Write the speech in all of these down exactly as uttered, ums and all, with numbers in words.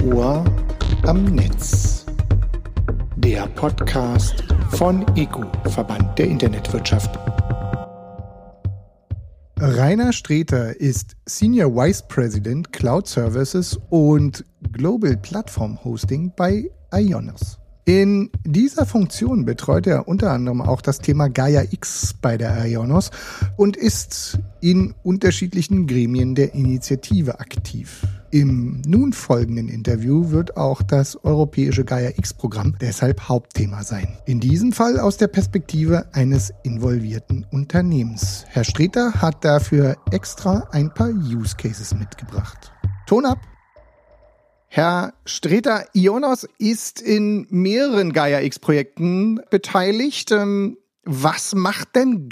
Ohr am Netz. Der Podcast von E G U, Verband der Internetwirtschaft. Rainer Streter ist Senior Vice President Cloud Services und Global Platform Hosting bei IONOS. In dieser Funktion betreut er unter anderem auch das Thema Gaia-X bei der IONOS und ist in unterschiedlichen Gremien der Initiative aktiv. Im nun folgenden Interview wird auch das europäische Gaia-X-Programm deshalb Hauptthema sein. In diesem Fall aus der Perspektive eines involvierten Unternehmens. Herr Streter hat dafür extra ein paar Use Cases mitgebracht. Ton ab! Herr Streter, IONOS ist in mehreren Gaia-X-Projekten beteiligt. Was macht denn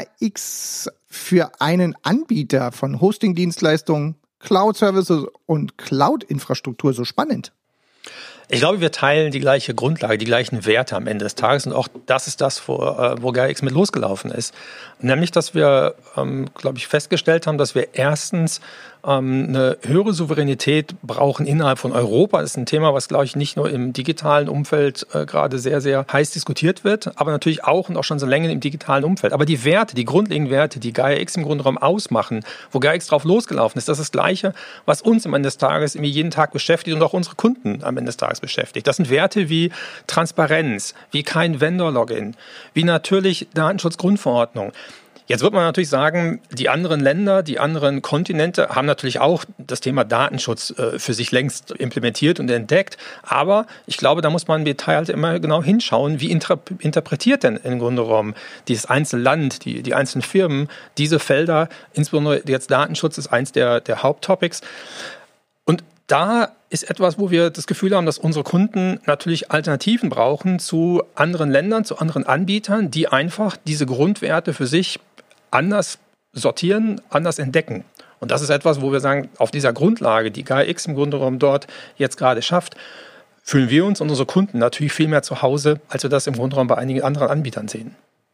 Gaia-X für einen Anbieter von Hosting-Dienstleistungen, Cloud-Services und Cloud-Infrastruktur so spannend? Ich glaube, wir teilen die gleiche Grundlage, die gleichen Werte am Ende des Tages. Und auch das ist das, wo, wo Gaia-X mit losgelaufen ist. Nämlich, dass wir, ähm, glaube ich, festgestellt haben, dass wir erstens ähm, eine höhere Souveränität brauchen innerhalb von Europa. Das ist ein Thema, was, glaube ich, nicht nur im digitalen Umfeld äh, gerade sehr, sehr heiß diskutiert wird, aber natürlich auch und auch schon so länger im digitalen Umfeld. Aber die Werte, die grundlegenden Werte, die Gaia-X im Grunde genommen ausmachen, wo Gaia-X drauf losgelaufen ist, das ist das Gleiche, was uns am Ende des Tages irgendwie jeden Tag beschäftigt und auch unsere Kunden am Ende des Tages beschäftigt. Das sind Werte wie Transparenz, wie kein Vendor-Login, wie natürlich Datenschutzgrundverordnung. Jetzt wird man natürlich sagen, die anderen Länder, die anderen Kontinente haben natürlich auch das Thema Datenschutz äh, für sich längst implementiert und entdeckt. Aber ich glaube, da muss man im Detail halt immer genau hinschauen, wie inter- interpretiert denn im Grunde genommen dieses einzelne Land, die, die einzelnen Firmen, diese Felder, insbesondere jetzt Datenschutz ist eins der, der Haupttopics. Und da ist etwas, wo wir das Gefühl haben, dass unsere Kunden natürlich Alternativen brauchen zu anderen Ländern, zu anderen Anbietern, die einfach diese Grundwerte für sich anders sortieren, anders entdecken. Und das ist etwas, wo wir sagen, auf dieser Grundlage, die Gaia-X im Grunde genommen dort jetzt gerade schafft, fühlen wir uns und unsere Kunden natürlich viel mehr zu Hause, als wir das im Grunde genommen bei einigen anderen Anbietern sehen.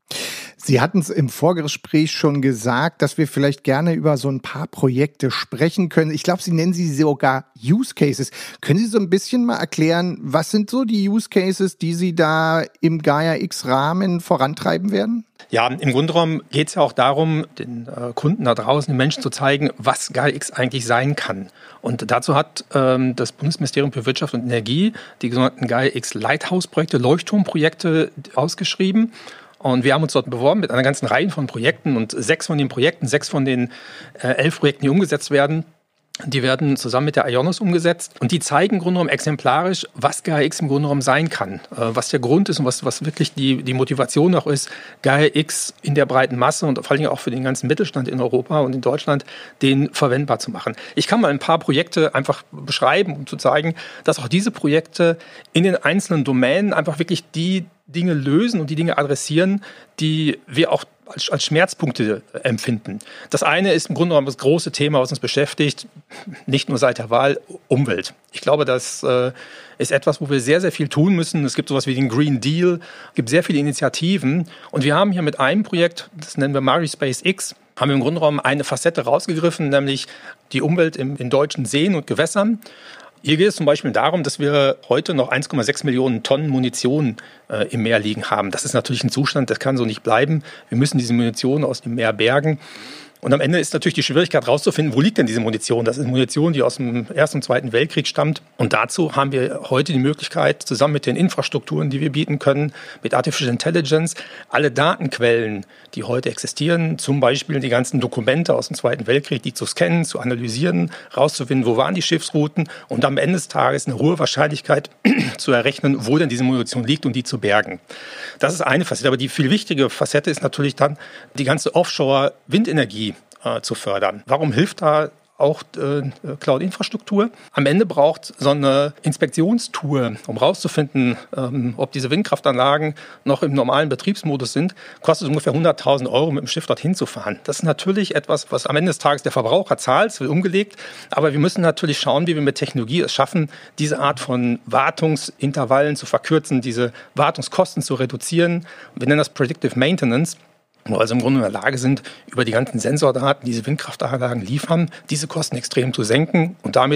Sie hatten es im Vorgespräch schon gesagt, dass wir vielleicht gerne über so ein paar Projekte sprechen können. Ich glaube, Sie nennen sie sogar Use Cases. Können Sie so ein bisschen mal erklären, was sind so die Use Cases, die Sie da im Gaia-X-Rahmen vorantreiben werden? Ja, im Grunde genommen geht es ja auch darum, den äh, Kunden da draußen, den Menschen zu zeigen, was Gaia-X eigentlich sein kann. Und dazu hat ähm, das Bundesministerium für Wirtschaft und Energie die sogenannten Gaia-X Lighthouse-Projekte, Leuchtturmprojekte ausgeschrieben. Und wir haben uns dort beworben mit einer ganzen Reihe von Projekten und sechs von den Projekten, sechs von den äh, elf Projekten, die umgesetzt werden, die werden zusammen mit der IONOS umgesetzt und die zeigen im Grunde genommen exemplarisch, was Gaia-X im Grunde genommen sein kann, äh, was der Grund ist und was, was wirklich die, die Motivation auch ist, Gaia-X in der breiten Masse und vor allem auch für den ganzen Mittelstand in Europa und in Deutschland, den verwendbar zu machen. Ich kann mal ein paar Projekte einfach beschreiben, um zu zeigen, dass auch diese Projekte in den einzelnen Domänen einfach wirklich die Dinge lösen und die Dinge adressieren, die wir auch als, als Schmerzpunkte empfinden. Das eine ist im Grunde genommen das große Thema, was uns beschäftigt, nicht nur seit der Wahl, Umwelt. Ich glaube, das äh, ist etwas, wo wir sehr, sehr viel tun müssen. Es gibt sowas wie den Green Deal, es gibt sehr viele Initiativen und wir haben hier mit einem Projekt, das nennen wir Marispace X, haben wir im Grunde genommen eine Facette rausgegriffen, nämlich die Umwelt im, in deutschen Seen und Gewässern. Hier geht es zum Beispiel darum, dass wir heute noch eins Komma sechs Millionen Tonnen Munition äh, im Meer liegen haben. Das ist natürlich ein Zustand, das kann so nicht bleiben. Wir müssen diese Munition aus dem Meer bergen. Und am Ende ist natürlich die Schwierigkeit herauszufinden, wo liegt denn diese Munition? Das ist Munition, die aus dem Ersten und Zweiten Weltkrieg stammt. Und dazu haben wir heute die Möglichkeit, zusammen mit den Infrastrukturen, die wir bieten können, mit Artificial Intelligence, alle Datenquellen, die heute existieren, zum Beispiel die ganzen Dokumente aus dem Zweiten Weltkrieg, die zu scannen, zu analysieren, rauszufinden, wo waren die Schiffsrouten und am Ende des Tages eine hohe Wahrscheinlichkeit zu errechnen, wo denn diese Munition liegt und die zu bergen. Das ist eine Facette. Aber die viel wichtige Facette ist natürlich dann die ganze Offshore-Windenergie zu fördern. Warum hilft da auch äh, Cloud-Infrastruktur? Am Ende braucht so eine Inspektionstour, um rauszufinden, ähm, ob diese Windkraftanlagen noch im normalen Betriebsmodus sind, kostet ungefähr hunderttausend Euro, mit dem Schiff dorthin zu fahren. Das ist natürlich etwas, was am Ende des Tages der Verbraucher zahlt, es wird umgelegt, aber wir müssen natürlich schauen, wie wir mit Technologie es schaffen, diese Art von Wartungsintervallen zu verkürzen, diese Wartungskosten zu reduzieren. Wir nennen das Predictive Maintenance. Wo also im Grunde in der Lage sind, über die ganzen Sensordaten, die diese Windkraftanlagen liefern, diese Kosten extrem zu senken und damit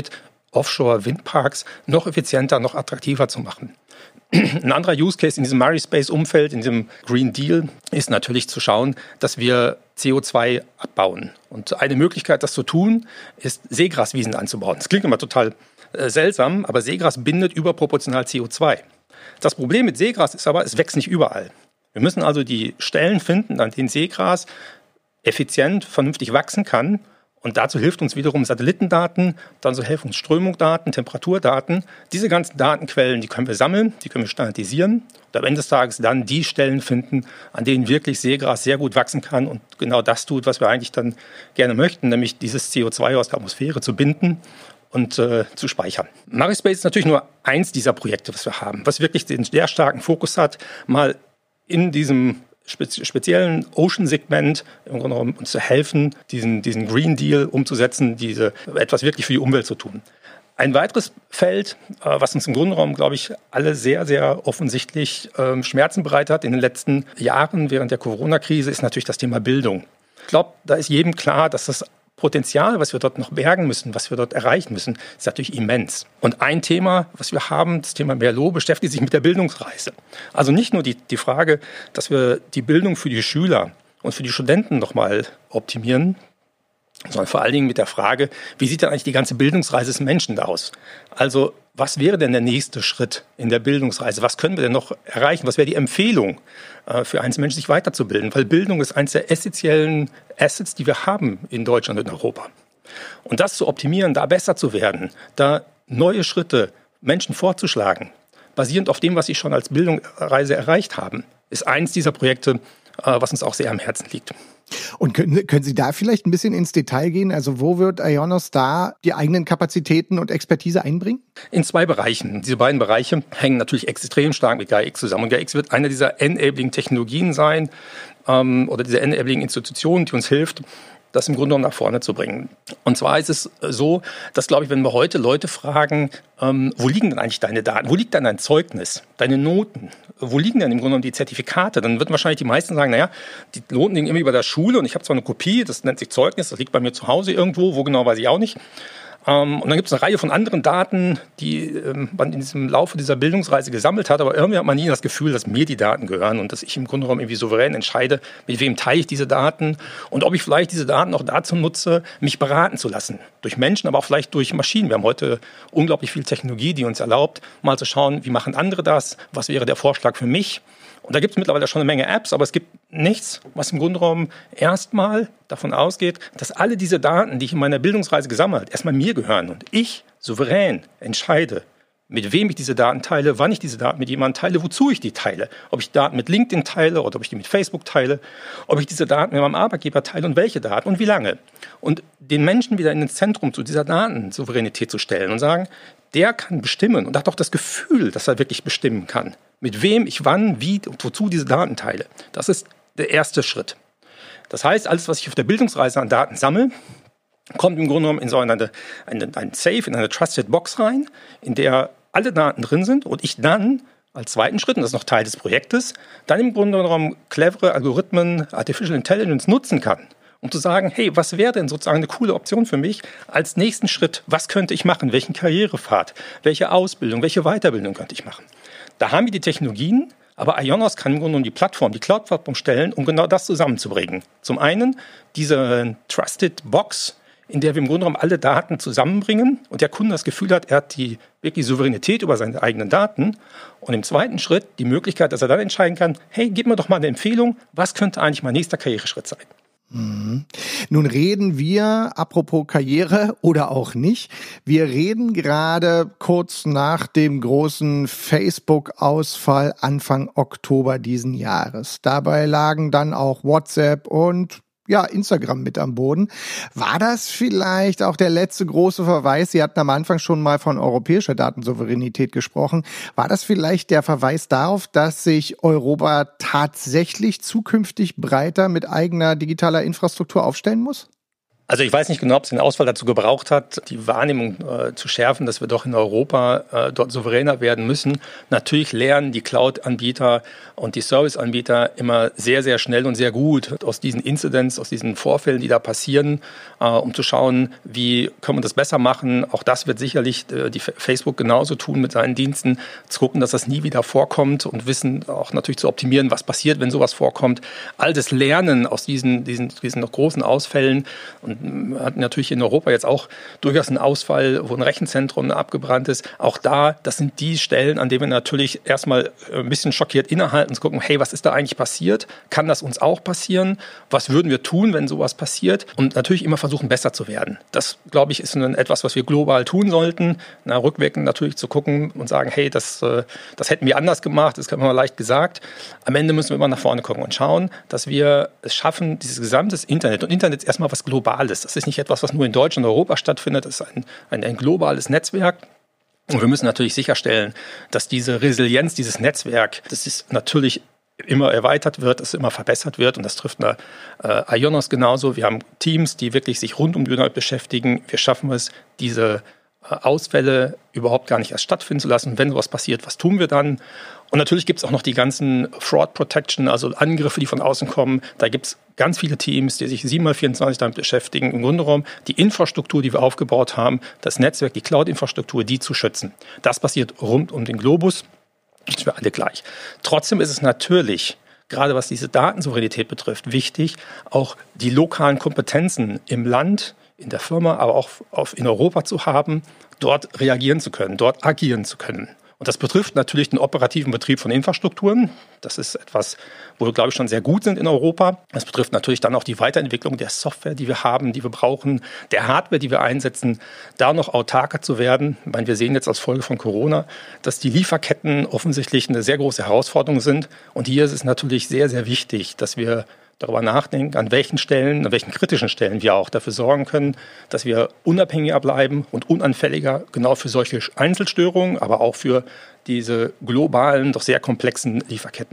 Offshore-Windparks noch effizienter, noch attraktiver zu machen. Ein anderer Use Case in diesem Murray-Space-Umfeld, in diesem Green Deal, ist natürlich zu schauen, dass wir C O zwei abbauen. Und eine Möglichkeit, das zu tun, ist, Seegraswiesen anzubauen. Das klingt immer total äh, seltsam, aber Seegras bindet überproportional C O zwei. Das Problem mit Seegras ist aber, es wächst nicht überall. Wir müssen also die Stellen finden, an denen Seegras effizient, vernünftig wachsen kann. Und dazu hilft uns wiederum Satellitendaten, dann so helfen uns Strömungsdaten, Temperaturdaten. Diese ganzen Datenquellen, die können wir sammeln, die können wir standardisieren und am Ende des Tages dann die Stellen finden, an denen wirklich Seegras sehr gut wachsen kann und genau das tut, was wir eigentlich dann gerne möchten, nämlich dieses C O zwei aus der Atmosphäre zu binden und äh, zu speichern. Murray-Space ist natürlich nur eins dieser Projekte, was wir haben, was wirklich den sehr starken Fokus hat, mal in diesem speziellen Ocean-Segment im Grunde genommen uns zu helfen, diesen, diesen Green Deal umzusetzen, diese etwas wirklich für die Umwelt zu tun. Ein weiteres Feld, was uns im Grunde genommen, glaube ich, alle sehr, sehr offensichtlich ähm, Schmerzen bereitet hat in den letzten Jahren während der Corona-Krise, ist natürlich das Thema Bildung. Ich glaube, da ist jedem klar, dass das Potenzial, was wir dort noch bergen müssen, was wir dort erreichen müssen, ist natürlich immens. Und ein Thema, was wir haben, das Thema Merlot, beschäftigt sich mit der Bildungsreise. Also nicht nur die, die Frage, dass wir die Bildung für die Schüler und für die Studenten nochmal optimieren, sondern vor allen Dingen mit der Frage, wie sieht denn eigentlich die ganze Bildungsreise des Menschen aus? Also was wäre denn der nächste Schritt in der Bildungsreise? Was können wir denn noch erreichen? Was wäre die Empfehlung äh, für einen Menschen, sich weiterzubilden? Weil Bildung ist eines der essentiellen Assets, die wir haben in Deutschland und in Europa. Und das zu optimieren, da besser zu werden, da neue Schritte Menschen vorzuschlagen, basierend auf dem, was sie schon als Bildungsreise erreicht haben, ist eins dieser Projekte, äh, was uns auch sehr am Herzen liegt. Und können, können Sie da vielleicht ein bisschen ins Detail gehen? Also wo wird IONOS da die eigenen Kapazitäten und Expertise einbringen? In zwei Bereichen. Diese beiden Bereiche hängen natürlich extrem stark mit Gaia X zusammen. Und Gaia X wird eine dieser Enabling-Technologien sein ähm, oder diese Enabling-Institutionen, die uns hilft, das im Grunde genommen nach vorne zu bringen. Und zwar ist es so, dass, glaube ich, wenn wir heute Leute fragen, ähm, wo liegen denn eigentlich deine Daten? Wo liegt denn dein Zeugnis, deine Noten? Wo liegen denn im Grunde genommen die Zertifikate? Dann würden wahrscheinlich die meisten sagen, naja, die Noten liegen immer bei der Schule und ich habe zwar eine Kopie, das nennt sich Zeugnis, das liegt bei mir zu Hause irgendwo, wo genau weiß ich auch nicht. Um, und dann gibt es eine Reihe von anderen Daten, die ähm, man in diesem Laufe dieser Bildungsreise gesammelt hat, aber irgendwie hat man nie das Gefühl, dass mir die Daten gehören und dass ich im Grunde genommen irgendwie souverän entscheide, mit wem teile ich diese Daten und ob ich vielleicht diese Daten auch dazu nutze, mich beraten zu lassen. Durch Menschen, aber auch vielleicht durch Maschinen. Wir haben heute unglaublich viel Technologie, die uns erlaubt, mal zu schauen, wie machen andere das, was wäre der Vorschlag für mich. Und da gibt es mittlerweile schon eine Menge Apps, aber es gibt nichts, was im Grunde genommen erstmal davon ausgeht, dass alle diese Daten, die ich in meiner Bildungsreise gesammelt habe, erstmal mir gehören und ich souverän entscheide, mit wem ich diese Daten teile, wann ich diese Daten mit jemandem teile, wozu ich die teile. Ob ich Daten mit LinkedIn teile oder ob ich die mit Facebook teile, ob ich diese Daten mit meinem Arbeitgeber teile und welche Daten und wie lange. Und den Menschen wieder in das Zentrum zu dieser Datensouveränität zu stellen und sagen, der kann bestimmen und hat auch das Gefühl, dass er wirklich bestimmen kann, mit wem ich wann, wie und wozu diese Daten teile. Das ist der erste Schritt. Das heißt, alles, was ich auf der Bildungsreise an Daten sammle, kommt im Grunde genommen in so eine, eine, ein Safe, in eine Trusted Box rein, in der alle Daten drin sind und ich dann als zweiten Schritt, und das ist noch Teil des Projektes, dann im Grunde genommen clevere Algorithmen, Artificial Intelligence nutzen kann, um zu sagen, hey, was wäre denn sozusagen eine coole Option für mich als nächsten Schritt? Was könnte ich machen? Welchen Karrierepfad? Welche Ausbildung? Welche Weiterbildung könnte ich machen? Da haben wir die Technologien, aber IONOS kann im Grunde genommen die Plattform, die Cloud-Plattform stellen, um genau das zusammenzubringen. Zum einen diese Trusted Box, in der wir im Grunde genommen alle Daten zusammenbringen und der Kunde das Gefühl hat, er hat die wirklich Souveränität über seine eigenen Daten. Und im zweiten Schritt die Möglichkeit, dass er dann entscheiden kann, hey, gib mir doch mal eine Empfehlung, was könnte eigentlich mein nächster Karriereschritt sein? Mhm. Nun reden wir, apropos Karriere oder auch nicht, wir reden gerade kurz nach dem großen Facebook-Ausfall Anfang Oktober diesen Jahres. Dabei lagen dann auch WhatsApp und ja, Instagram mit am Boden. War das vielleicht auch der letzte große Verweis? Sie hatten am Anfang schon mal von europäischer Datensouveränität gesprochen. War das vielleicht der Verweis darauf, dass sich Europa tatsächlich zukünftig breiter mit eigener digitaler Infrastruktur aufstellen muss? Also ich weiß nicht genau, ob es den Ausfall dazu gebraucht hat, die Wahrnehmung äh, zu schärfen, dass wir doch in Europa äh, dort souveräner werden müssen. Natürlich lernen die Cloud-Anbieter und die Service-Anbieter immer sehr, sehr schnell und sehr gut aus diesen Incidents, aus diesen Vorfällen, die da passieren, äh, um zu schauen, wie können wir das besser machen. Auch das wird sicherlich äh, die Facebook genauso tun mit seinen Diensten, zu gucken, dass das nie wieder vorkommt und wissen auch natürlich zu optimieren, was passiert, wenn sowas vorkommt. All das Lernen aus diesen, diesen, diesen noch großen Ausfällen. Und wir hatten natürlich in Europa jetzt auch durchaus einen Ausfall, wo ein Rechenzentrum abgebrannt ist. Auch da, das sind die Stellen, an denen wir natürlich erstmal ein bisschen schockiert innehalten und zu gucken, hey, was ist da eigentlich passiert? Kann das uns auch passieren? Was würden wir tun, wenn sowas passiert? Und natürlich immer versuchen, besser zu werden. Das, glaube ich, ist etwas, was wir global tun sollten. Na, rückwirkend natürlich zu gucken und sagen, hey, das, das hätten wir anders gemacht, das kann man mal leicht gesagt. Am Ende müssen wir immer nach vorne gucken und schauen, dass wir es schaffen, dieses gesamte Internet, und Internet ist erstmal was Globales. Das ist nicht etwas, was nur in Deutschland und Europa stattfindet. Das ist ein, ein, ein globales Netzwerk. Und wir müssen natürlich sicherstellen, dass diese Resilienz, dieses Netzwerk, das ist natürlich immer erweitert wird, dass es immer verbessert wird. Und das trifft eine, äh, Ionos genauso. Wir haben Teams, die wirklich sich rund um die Internet beschäftigen. Wir schaffen es, diese äh, Ausfälle überhaupt gar nicht erst stattfinden zu lassen. Und wenn sowas passiert, was tun wir dann? Und natürlich gibt es auch noch die ganzen Fraud Protection, also Angriffe, die von außen kommen. Da gibt es ganz viele Teams, die sich sieben mal vierundzwanzig damit beschäftigen, im Grunde genommen die Infrastruktur, die wir aufgebaut haben, das Netzwerk, die Cloud-Infrastruktur, die zu schützen. Das passiert rund um den Globus. Das ist für alle gleich. Trotzdem ist es natürlich, gerade was diese Datensouveränität betrifft, wichtig, auch die lokalen Kompetenzen im Land, in der Firma, aber auch in Europa zu haben, dort reagieren zu können, dort agieren zu können. Und das betrifft natürlich den operativen Betrieb von Infrastrukturen. Das ist etwas, wo wir, glaube ich, schon sehr gut sind in Europa. Das betrifft natürlich dann auch die Weiterentwicklung der Software, die wir haben, die wir brauchen, der Hardware, die wir einsetzen, da noch autarker zu werden. Ich meine, wir sehen jetzt als Folge von Corona, dass die Lieferketten offensichtlich eine sehr große Herausforderung sind. Und hier ist es natürlich sehr, sehr wichtig, dass wir darüber nachdenken, an welchen Stellen, an welchen kritischen Stellen wir auch dafür sorgen können, dass wir unabhängiger bleiben und unanfälliger genau für solche Einzelstörungen, aber auch für diese globalen, doch sehr komplexen Lieferketten.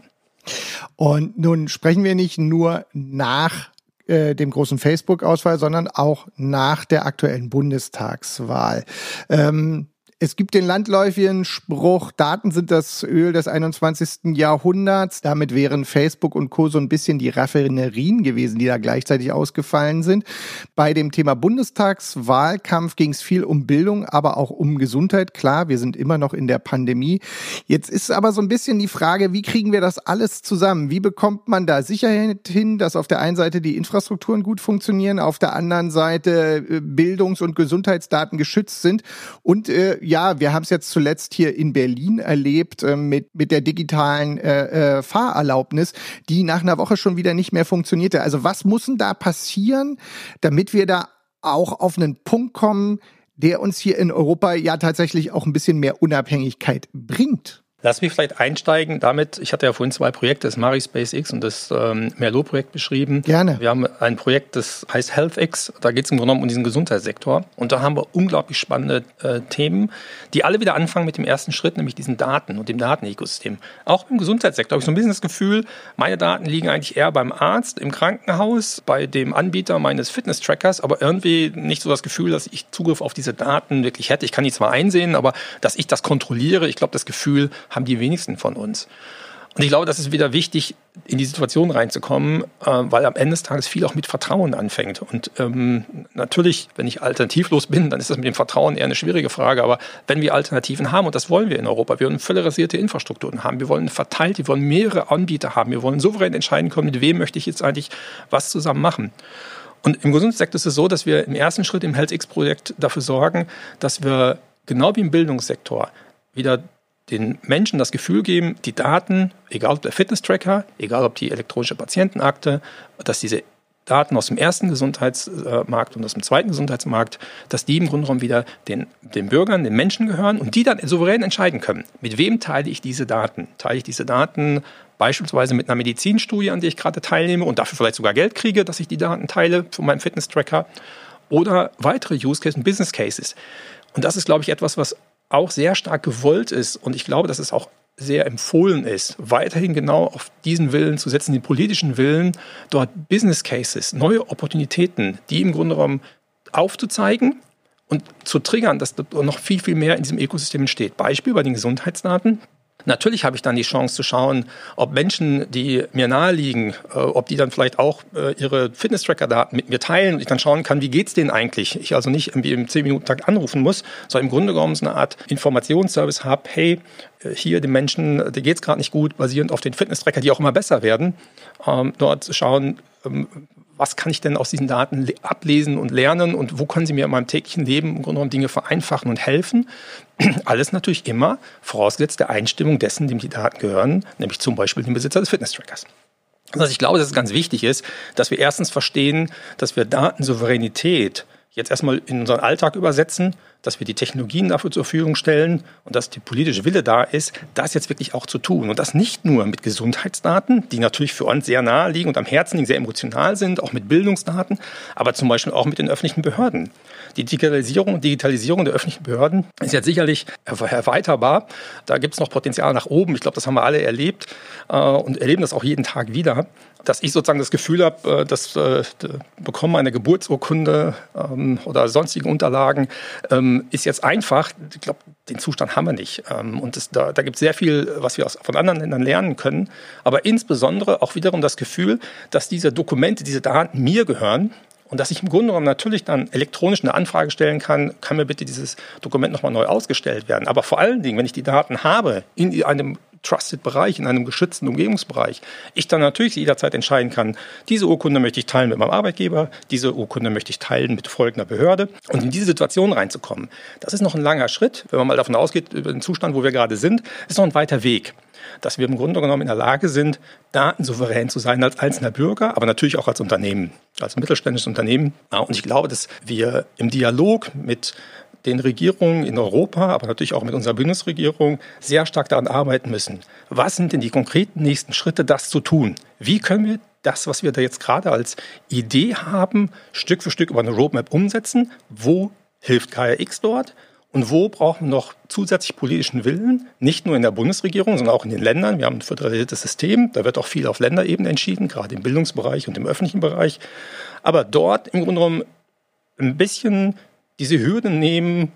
Und nun sprechen wir nicht nur nach äh, dem großen Facebook-Ausfall, sondern auch nach der aktuellen Bundestagswahl. Ähm, Es gibt den landläufigen Spruch, Daten sind das Öl des einundzwanzigsten Jahrhunderts. Damit wären Facebook und Co. so ein bisschen die Raffinerien gewesen, die da gleichzeitig ausgefallen sind. Bei dem Thema Bundestagswahlkampf ging es viel um Bildung, aber auch um Gesundheit. Klar, wir sind immer noch in der Pandemie. Jetzt ist aber so ein bisschen die Frage, wie kriegen wir das alles zusammen? Wie bekommt man da Sicherheit hin, dass auf der einen Seite die Infrastrukturen gut funktionieren, auf der anderen Seite Bildungs- und Gesundheitsdaten geschützt sind und äh, ja, wir haben es jetzt zuletzt hier in Berlin erlebt äh, mit mit der digitalen äh, äh, Fahrerlaubnis, die nach einer Woche schon wieder nicht mehr funktionierte. Also was muss denn da passieren, damit wir da auch auf einen Punkt kommen, der uns hier in Europa ja tatsächlich auch ein bisschen mehr Unabhängigkeit bringt? Lass mich vielleicht einsteigen damit, ich hatte ja vorhin zwei Projekte, das Mari SpaceX und das ähm, Merlot-Projekt beschrieben. Gerne. Wir haben ein Projekt, das heißt HealthX, da geht es im Grunde genommen um diesen Gesundheitssektor. Und da haben wir unglaublich spannende äh, Themen, die alle wieder anfangen mit dem ersten Schritt, nämlich diesen Daten und dem Datenökosystem. Auch im Gesundheitssektor habe ich so ein bisschen das Gefühl, meine Daten liegen eigentlich eher beim Arzt, im Krankenhaus, bei dem Anbieter meines Fitness-Trackers, aber irgendwie nicht so das Gefühl, dass ich Zugriff auf diese Daten wirklich hätte. Ich kann die zwar einsehen, aber dass ich das kontrolliere, ich glaube, das Gefühl haben die wenigsten von uns. Und ich glaube, das ist wieder wichtig, in die Situation reinzukommen, äh, weil am Ende des Tages viel auch mit Vertrauen anfängt. Und ähm, natürlich, wenn ich alternativlos bin, dann ist das mit dem Vertrauen eher eine schwierige Frage. Aber wenn wir Alternativen haben, und das wollen wir in Europa, wir wollen föderalisierte Infrastrukturen haben, wir wollen verteilt, wir wollen mehrere Anbieter haben, wir wollen souverän entscheiden können, mit wem möchte ich jetzt eigentlich was zusammen machen. Und im Gesundheitssektor ist es so, dass wir im ersten Schritt im HealthX-Projekt dafür sorgen, dass wir genau wie im Bildungssektor wieder den Menschen das Gefühl geben, die Daten, egal ob der Fitness-Tracker, egal ob die elektronische Patientenakte, dass diese Daten aus dem ersten Gesundheitsmarkt und aus dem zweiten Gesundheitsmarkt, dass die im Grunde genommen wieder den, den Bürgern, den Menschen gehören und die dann souverän entscheiden können, mit wem teile ich diese Daten. Teile ich diese Daten beispielsweise mit einer Medizinstudie, an der ich gerade teilnehme und dafür vielleicht sogar Geld kriege, dass ich die Daten teile von meinem Fitness-Tracker oder weitere Use Cases und Business Cases. Und das ist, glaube ich, etwas, was auch sehr stark gewollt ist. Und ich glaube, das ist auch sehr empfohlen ist, weiterhin genau auf diesen Willen zu setzen, den politischen Willen, dort Business Cases, neue Opportunitäten, die im Grunde genommen aufzuzeigen und zu triggern, dass noch viel, viel mehr in diesem Ökosystem entsteht. Beispiel bei den Gesundheitsdaten. Natürlich habe ich dann die Chance zu schauen, ob Menschen, die mir naheliegen, äh, ob die dann vielleicht auch äh, ihre Fitness-Tracker-Daten mit mir teilen und ich dann schauen kann, wie geht's denen eigentlich? Ich also nicht irgendwie im zehn-Minuten-Takt anrufen muss, sondern im Grunde genommen so eine Art Informationsservice habe, hey, äh, hier dem Menschen, der geht's gerade nicht gut, basierend auf den Fitness-Tracker, die auch immer besser werden, ähm, dort zu schauen, ähm, was kann ich denn aus diesen Daten ablesen und lernen und wo können sie mir in meinem täglichen Leben im Grunde genommen Dinge vereinfachen und helfen? Alles natürlich immer vorausgesetzt der Einstimmung dessen, dem die Daten gehören, nämlich zum Beispiel dem Besitzer des Fitness-Trackers. Also ich glaube, dass es ganz wichtig ist, dass wir erstens verstehen, dass wir Datensouveränität jetzt erstmal in unseren Alltag übersetzen, dass wir die Technologien dafür zur Verfügung stellen und dass die politische Wille da ist, das jetzt wirklich auch zu tun. Und das nicht nur mit Gesundheitsdaten, die natürlich für uns sehr nahe liegen und am Herzen liegen, sehr emotional sind, auch mit Bildungsdaten, aber zum Beispiel auch mit den öffentlichen Behörden. Die Digitalisierung, Digitalisierung der öffentlichen Behörden ist jetzt sicherlich erweiterbar. Da gibt es noch Potenzial nach oben. Ich glaube, das haben wir alle erlebt äh, und erleben das auch jeden Tag wieder. Dass ich sozusagen das Gefühl habe, dass äh, Bekommen einer Geburtsurkunde ähm, oder sonstige Unterlagen ähm, ist jetzt einfach. Ich glaube, den Zustand haben wir nicht. Ähm, und das, da, da gibt es sehr viel, was wir aus, von anderen Ländern lernen können. Aber insbesondere auch wiederum das Gefühl, dass diese Dokumente, diese Daten mir gehören. Und dass ich im Grunde genommen natürlich dann elektronisch eine Anfrage stellen kann, kann mir bitte dieses Dokument nochmal neu ausgestellt werden. Aber vor allen Dingen, wenn ich die Daten habe in einem Trusted-Bereich, in einem geschützten Umgebungsbereich, ich dann natürlich jederzeit entscheiden kann, diese Urkunde möchte ich teilen mit meinem Arbeitgeber, diese Urkunde möchte ich teilen mit folgender Behörde. Und in diese Situation reinzukommen, das ist noch ein langer Schritt. Wenn man mal davon ausgeht, über den Zustand, wo wir gerade sind, ist noch ein weiter Weg. Dass wir im Grunde genommen in der Lage sind, datensouverän zu sein als einzelner Bürger, aber natürlich auch als Unternehmen, als mittelständisches Unternehmen. Und ich glaube, dass wir im Dialog mit den Regierungen in Europa, aber natürlich auch mit unserer Bundesregierung sehr stark daran arbeiten müssen. Was sind denn die konkreten nächsten Schritte, das zu tun? Wie können wir das, was wir da jetzt gerade als Idee haben, Stück für Stück über eine Roadmap umsetzen? Wo hilft Gaia X dort? Und wo brauchen wir noch zusätzlich politischen Willen? Nicht nur in der Bundesregierung, sondern auch in den Ländern. Wir haben ein föderalisiertes System. Da wird auch viel auf Länderebene entschieden, gerade im Bildungsbereich und im öffentlichen Bereich. Aber dort im Grunde genommen ein bisschen diese Hürden nehmen,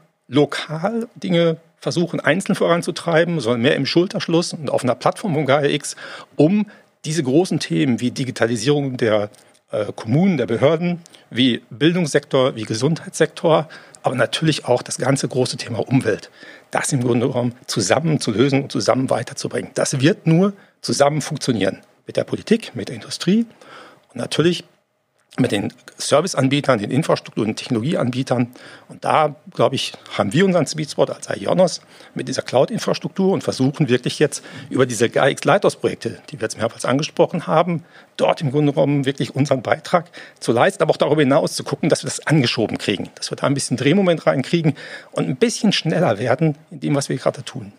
lokal Dinge versuchen einzeln voranzutreiben, sondern mehr im Schulterschluss und auf einer Plattform von Gaia X, um diese großen Themen wie Digitalisierung der äh, Kommunen, der Behörden, wie Bildungssektor, wie Gesundheitssektor, aber natürlich auch das ganze große Thema Umwelt, das im Grunde genommen zusammen zu lösen und zusammen weiterzubringen. Das wird nur zusammen funktionieren mit der Politik, mit der Industrie und natürlich mit den Serviceanbietern, den Infrastruktur- und Technologieanbietern. Und da, glaube ich, haben wir unseren Sweet Spot als Ionos mit dieser Cloud-Infrastruktur und versuchen wirklich jetzt über diese Gaia X Lighthouse-Projekte, die wir jetzt mehrmals angesprochen haben, dort im Grunde genommen wirklich unseren Beitrag zu leisten, aber auch darüber hinaus zu gucken, dass wir das angeschoben kriegen, dass wir da ein bisschen Drehmoment reinkriegen und ein bisschen schneller werden in dem, was wir gerade tun.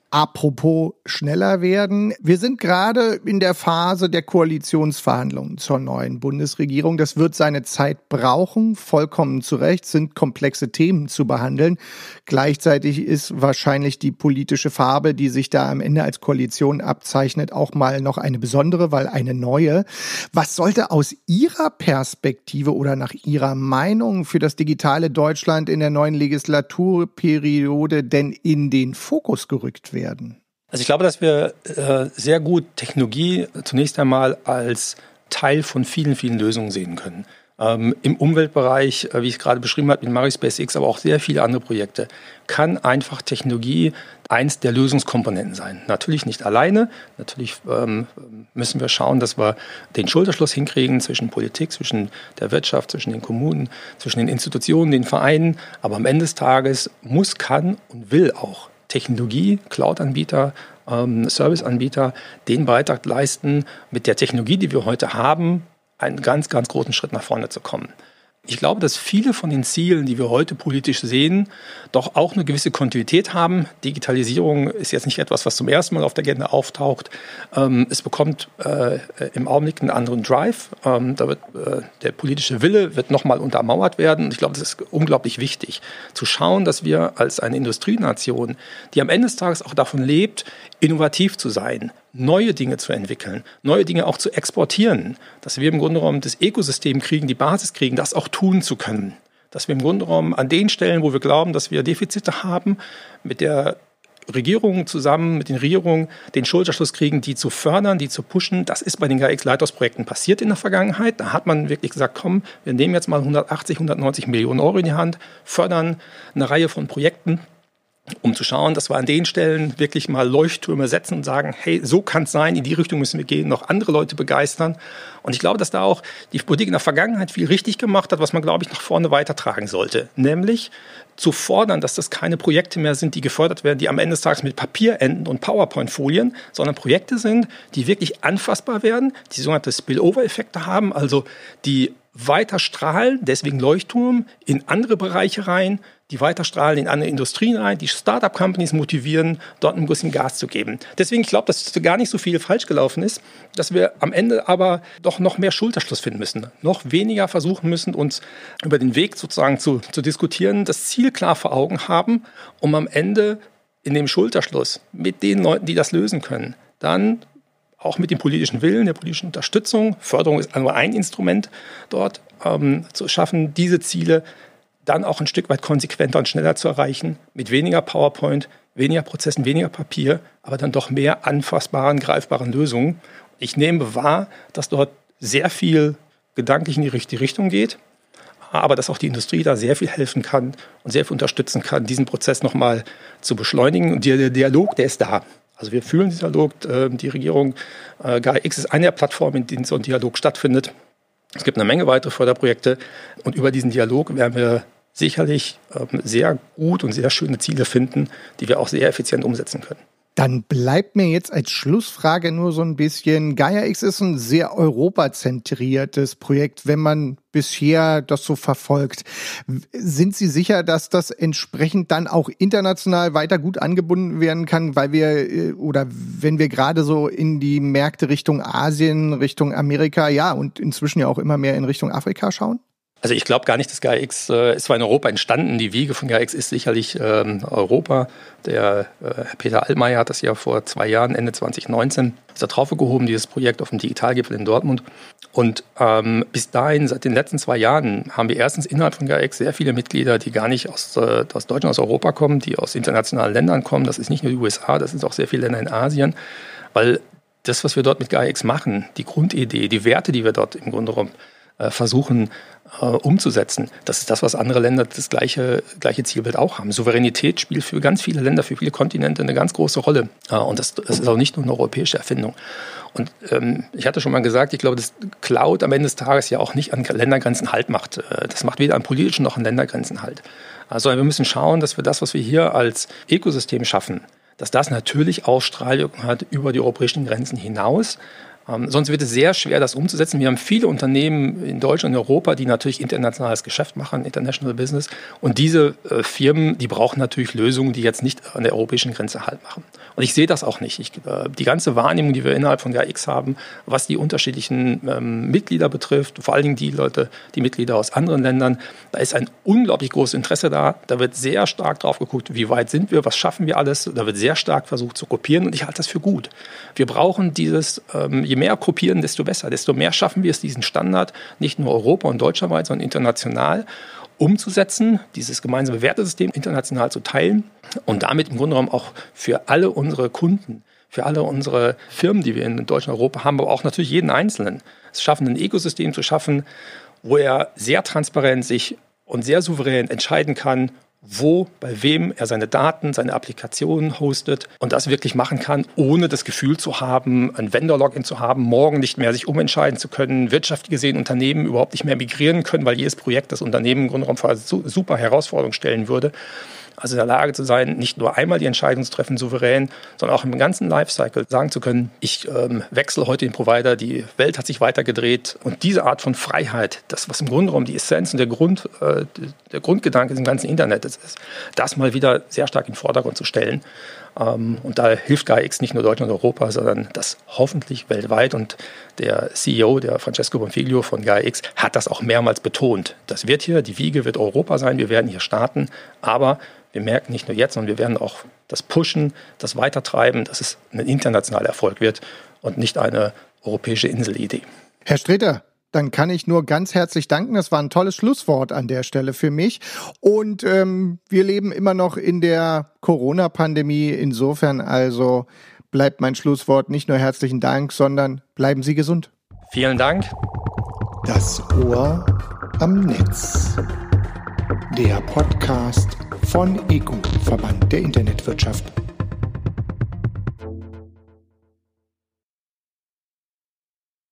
Apropos schneller werden. Wir sind gerade in der Phase der Koalitionsverhandlungen zur neuen Bundesregierung. Das wird seine Zeit brauchen, vollkommen zu Recht, sind komplexe Themen zu behandeln. Gleichzeitig ist wahrscheinlich die politische Farbe, die sich da am Ende als Koalition abzeichnet, auch mal noch eine besondere, weil eine neue. Was sollte aus Ihrer Perspektive oder nach Ihrer Meinung für das digitale Deutschland in der neuen Legislaturperiode denn in den Fokus gerückt werden? Also ich glaube, dass wir äh, sehr gut Technologie zunächst einmal als Teil von vielen, vielen Lösungen sehen können. Ähm, Im Umweltbereich, äh, wie ich es gerade beschrieben habe, in MariSpaceX, aber auch sehr viele andere Projekte, kann einfach Technologie eins der Lösungskomponenten sein. Natürlich nicht alleine. Natürlich ähm, müssen wir schauen, dass wir den Schulterschluss hinkriegen zwischen Politik, zwischen der Wirtschaft, zwischen den Kommunen, zwischen den Institutionen, den Vereinen. Aber am Ende des Tages muss, kann und will auch Technologie, Cloud-Anbieter, ähm, Service-Anbieter den Beitrag leisten, mit der Technologie, die wir heute haben, einen ganz, ganz großen Schritt nach vorne zu kommen. Ich glaube, dass viele von den Zielen, die wir heute politisch sehen, doch auch eine gewisse Kontinuität haben. Digitalisierung ist jetzt nicht etwas, was zum ersten Mal auf der Agenda auftaucht. Ähm, es bekommt äh, im Augenblick einen anderen Drive. Ähm, da wird, äh, der politische Wille wird nochmal untermauert werden. Und ich glaube, das ist unglaublich wichtig, zu schauen, dass wir als eine Industrienation, die am Ende des Tages auch davon lebt, innovativ zu sein, neue Dinge zu entwickeln, neue Dinge auch zu exportieren, dass wir im Grunde genommen das Ökosystem kriegen, die Basis kriegen, das auch tun zu können. Dass wir im Grunde genommen an den Stellen, wo wir glauben, dass wir Defizite haben, mit der Regierung zusammen, mit den Regierungen den Schulterschluss kriegen, die zu fördern, die zu pushen. Das ist bei den G A I X-Lighthouse-Projekten passiert in der Vergangenheit. Da hat man wirklich gesagt, komm, wir nehmen jetzt mal hundertachtzig, hundertneunzig Millionen Euro in die Hand, fördern eine Reihe von Projekten, um zu schauen, dass wir an den Stellen wirklich mal Leuchttürme setzen und sagen, hey, so kann es sein, in die Richtung müssen wir gehen, noch andere Leute begeistern. Und ich glaube, dass da auch die Politik in der Vergangenheit viel richtig gemacht hat, was man, glaube ich, nach vorne weitertragen sollte. Nämlich zu fordern, dass das keine Projekte mehr sind, die gefördert werden, die am Ende des Tages mit Papier enden und PowerPoint-Folien, sondern Projekte sind, die wirklich anfassbar werden, die sogenannte Spillover-Effekte haben, also die weiter strahlen, deswegen Leuchtturm, in andere Bereiche rein, die weiter strahlen in andere Industrien rein, die Start-up-Companies motivieren, dort ein bisschen Gas zu geben. Deswegen, ich glaube, dass gar nicht so viel falsch gelaufen ist, dass wir am Ende aber doch noch mehr Schulterschluss finden müssen, noch weniger versuchen müssen, uns über den Weg sozusagen zu, zu diskutieren, das Ziel klar vor Augen haben, um am Ende in dem Schulterschluss mit den Leuten, die das lösen können, dann auch mit dem politischen Willen, der politischen Unterstützung, Förderung ist nur ein Instrument dort, ähm, zu schaffen, diese Ziele dann auch ein Stück weit konsequenter und schneller zu erreichen, mit weniger PowerPoint, weniger Prozessen, weniger Papier, aber dann doch mehr anfassbaren, greifbaren Lösungen. Ich nehme wahr, dass dort sehr viel gedanklich in die richtige Richtung geht, aber dass auch die Industrie da sehr viel helfen kann und sehr viel unterstützen kann, diesen Prozess nochmal zu beschleunigen. Und der, der Dialog, der ist da. Also wir fühlen diesen Dialog, die Regierung, G A I X ist eine der Plattformen, in denen so ein Dialog stattfindet. Es gibt eine Menge weitere Förderprojekte und über diesen Dialog werden wir sicherlich sehr gut und sehr schöne Ziele finden, die wir auch sehr effizient umsetzen können. Dann bleibt mir jetzt als Schlussfrage nur so ein bisschen, G A I X ist ein sehr europazentriertes Projekt, wenn man bisher das so verfolgt. Sind Sie sicher, dass das entsprechend dann auch international weiter gut angebunden werden kann, weil wir, oder wenn wir gerade so in die Märkte Richtung Asien, Richtung Amerika, ja, und inzwischen ja auch immer mehr in Richtung Afrika schauen? Also ich glaube gar nicht, dass G A I X äh, ist zwar in Europa entstanden, die Wiege von G A I X ist sicherlich ähm, Europa. Der äh, Herr Peter Altmaier hat das ja vor zwei Jahren, Ende zwanzig neunzehn, ist da drauf gehoben, dieses Projekt auf dem Digitalgipfel in Dortmund. Und ähm, bis dahin, seit den letzten zwei Jahren, haben wir erstens innerhalb von G A I X sehr viele Mitglieder, die gar nicht aus, äh, aus Deutschland, aus Europa kommen, die aus internationalen Ländern kommen. Das ist nicht nur die U S A, das sind auch sehr viele Länder in Asien, weil das, was wir dort mit G A I X machen, die Grundidee, die Werte, die wir dort im Grunde genommen äh, versuchen äh, umzusetzen, das ist das, was andere Länder das gleiche, gleiche Zielbild auch haben. Souveränität spielt für ganz viele Länder, für viele Kontinente eine ganz große Rolle. Äh, und das, das ist auch nicht nur eine europäische Erfindung. Und ähm, ich hatte schon mal gesagt, ich glaube, dass Cloud am Ende des Tages ja auch nicht an Ländergrenzen Halt macht. Äh, das macht weder an politischen noch an Ländergrenzen Halt. Also wir müssen schauen, dass wir das, was wir hier als Ökosystem schaffen, dass das natürlich Ausstrahlung hat über die europäischen Grenzen hinaus. Ähm, sonst wird es sehr schwer, das umzusetzen. Wir haben viele Unternehmen in Deutschland und Europa, die natürlich internationales Geschäft machen, International Business. Und diese äh, Firmen, die brauchen natürlich Lösungen, die jetzt nicht an der europäischen Grenze Halt machen. Und ich sehe das auch nicht. Ich, äh, die ganze Wahrnehmung, die wir innerhalb von G A I X haben, was die unterschiedlichen ähm, Mitglieder betrifft, vor allen Dingen die Leute, die Mitglieder aus anderen Ländern, da ist ein unglaublich großes Interesse da. Da wird sehr stark drauf geguckt, wie weit sind wir, was schaffen wir alles. Da wird sehr stark versucht zu kopieren und ich halte das für gut. Wir brauchen dieses, ähm, je mehr kopieren, desto besser, desto mehr schaffen wir es, diesen Standard nicht nur Europa und deutschlandweit, sondern international umzusetzen, dieses gemeinsame Wertesystem international zu teilen und damit im Grunde genommen auch für alle unsere Kunden, für alle unsere Firmen, die wir in Deutschland und Europa haben, aber auch natürlich jeden Einzelnen, es schaffen, ein Ökosystem zu schaffen, wo er sehr transparent sich und sehr souverän entscheiden kann, wo, bei wem er seine Daten, seine Applikationen hostet und das wirklich machen kann, ohne das Gefühl zu haben, ein Vendor-Login zu haben, morgen nicht mehr sich umentscheiden zu können, wirtschaftlich gesehen Unternehmen überhaupt nicht mehr migrieren können, weil jedes Projekt das Unternehmen im Grunde genommen vor eine super Herausforderung stellen würde. Also in der Lage zu sein, nicht nur einmal die Entscheidung zu treffen, souverän, sondern auch im ganzen Lifecycle sagen zu können, ich ähm, wechsle heute den Provider, die Welt hat sich weitergedreht. Und diese Art von Freiheit, das, was im Grunde genommen die Essenz und der, Grund, äh, der Grundgedanke des ganzen Internets ist, das mal wieder sehr stark in den Vordergrund zu stellen. Ähm, und da hilft Gaia X nicht nur Deutschland und Europa, sondern das hoffentlich weltweit. Und der C E O, der Francesco Bonfiglio von Gaia X, hat das auch mehrmals betont. Das wird hier, die Wiege wird Europa sein, wir werden hier starten, aber wir merken nicht nur jetzt, sondern wir werden auch das Pushen, das Weitertreiben, dass es ein internationaler Erfolg wird und nicht eine europäische Inselidee. Herr Streter, dann kann ich nur ganz herzlich danken. Das war ein tolles Schlusswort an der Stelle für mich. Und ähm, wir leben immer noch in der Corona-Pandemie. Insofern also bleibt mein Schlusswort nicht nur herzlichen Dank, sondern bleiben Sie gesund. Vielen Dank. Das Ohr am Netz. Der Podcast von E G U, Verband der Internetwirtschaft.